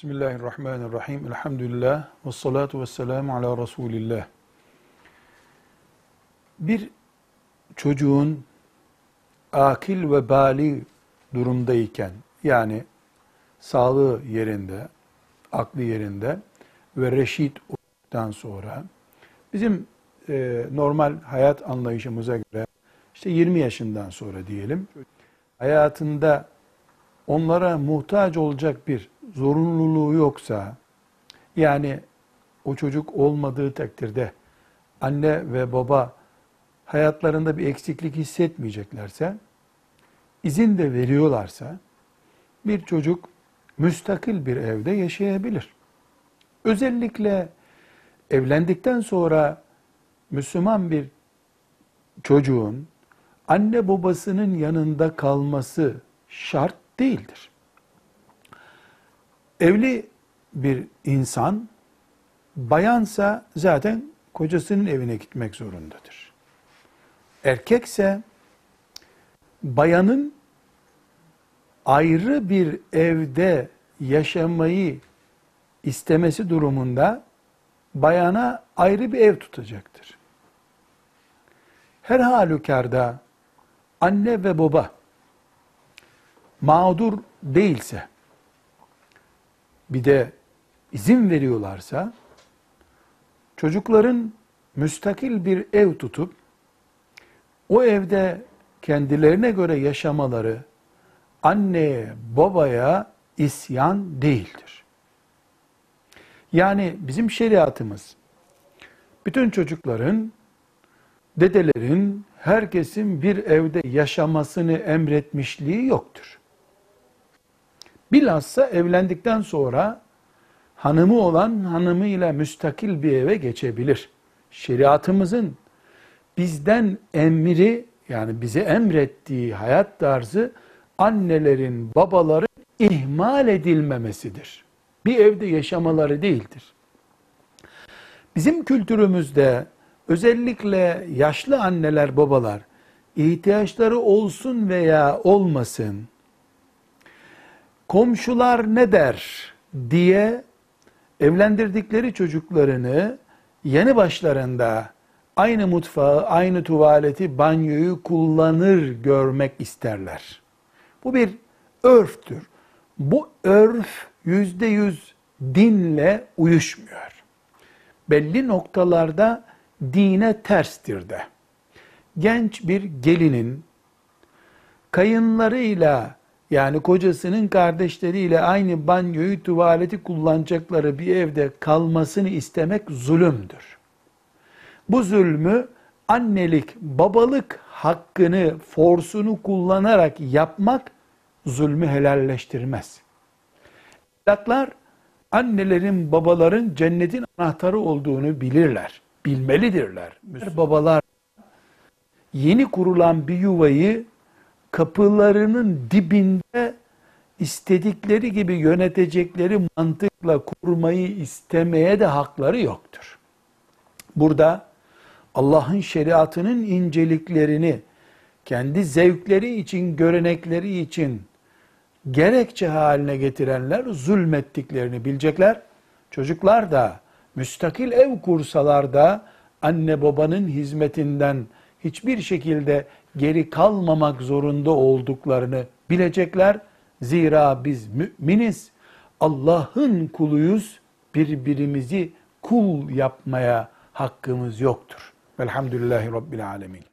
Bismillahirrahmanirrahim. Elhamdülillah. Vessalatu vesselamu ala Resulillah. Bir çocuğun akil ve bali durumdayken, yani sağlığı yerinde, aklı yerinde ve reşit olduktan sonra, bizim normal hayat anlayışımıza göre, işte 20 yaşından sonra diyelim, hayatında onlara muhtaç olacak bir zorunluluğu yoksa, yani o çocuk olmadığı takdirde anne ve baba hayatlarında bir eksiklik hissetmeyeceklerse, izin de veriyorlarsa, bir çocuk müstakil bir evde yaşayabilir. Özellikle evlendikten sonra Müslüman bir çocuğun anne babasının yanında kalması şart değildir. Evli bir insan, bayansa zaten kocasının evine gitmek zorundadır. Erkekse, bayanın ayrı bir evde yaşamayı istemesi durumunda, bayana ayrı bir ev tutacaktır. Her halükarda anne ve baba mağdur değilse, bir de izin veriyorlarsa, çocukların müstakil bir ev tutup, o evde kendilerine göre yaşamaları, anneye, babaya isyan değildir. Yani bizim şeriatımız, bütün çocukların, dedelerin, herkesin bir evde yaşamasını emretmişliği yoktur. Bilhassa evlendikten sonra hanımı olan hanımıyla müstakil bir eve geçebilir. Şeriatımızın bizden emri, yani bize emrettiği hayat tarzı, annelerin, babaların ihmal edilmemesidir. Bir evde yaşamaları değildir. Bizim kültürümüzde özellikle yaşlı anneler, babalar, ihtiyaçları olsun veya olmasın, komşular ne der diye evlendirdikleri çocuklarını yeni başlarında aynı mutfağı, aynı tuvaleti, banyoyu kullanır görmek isterler. Bu bir örftür. Bu örf %100 dinle uyuşmuyor. Belli noktalarda dine terstir de. Genç bir gelinin kayınlarıyla, yani kocasının kardeşleriyle aynı banyoyu, tuvaleti kullanacakları bir evde kalmasını istemek zulümdür. Bu zulmü annelik, babalık hakkını, forsunu kullanarak yapmak zulmü helalleştirmez. Evlatlar, annelerin, babaların cennetin anahtarı olduğunu bilirler, bilmelidirler. Babalar yeni kurulan bir yuvayı kapılarının dibinde istedikleri gibi yönetecekleri mantıkla kurmayı istemeye de hakları yoktur. Burada Allah'ın şeriatının inceliklerini kendi zevkleri için, görenekleri için gerekçe haline getirenler zulmettiklerini bilecekler. Çocuklar da müstakil ev kursalar da anne babanın hizmetinden hiçbir şekilde geri kalmamak zorunda olduklarını bilecekler. Zira biz müminiz, Allah'ın kuluyuz, birbirimizi kul yapmaya hakkımız yoktur. Velhamdülillahi Rabbil Alemin.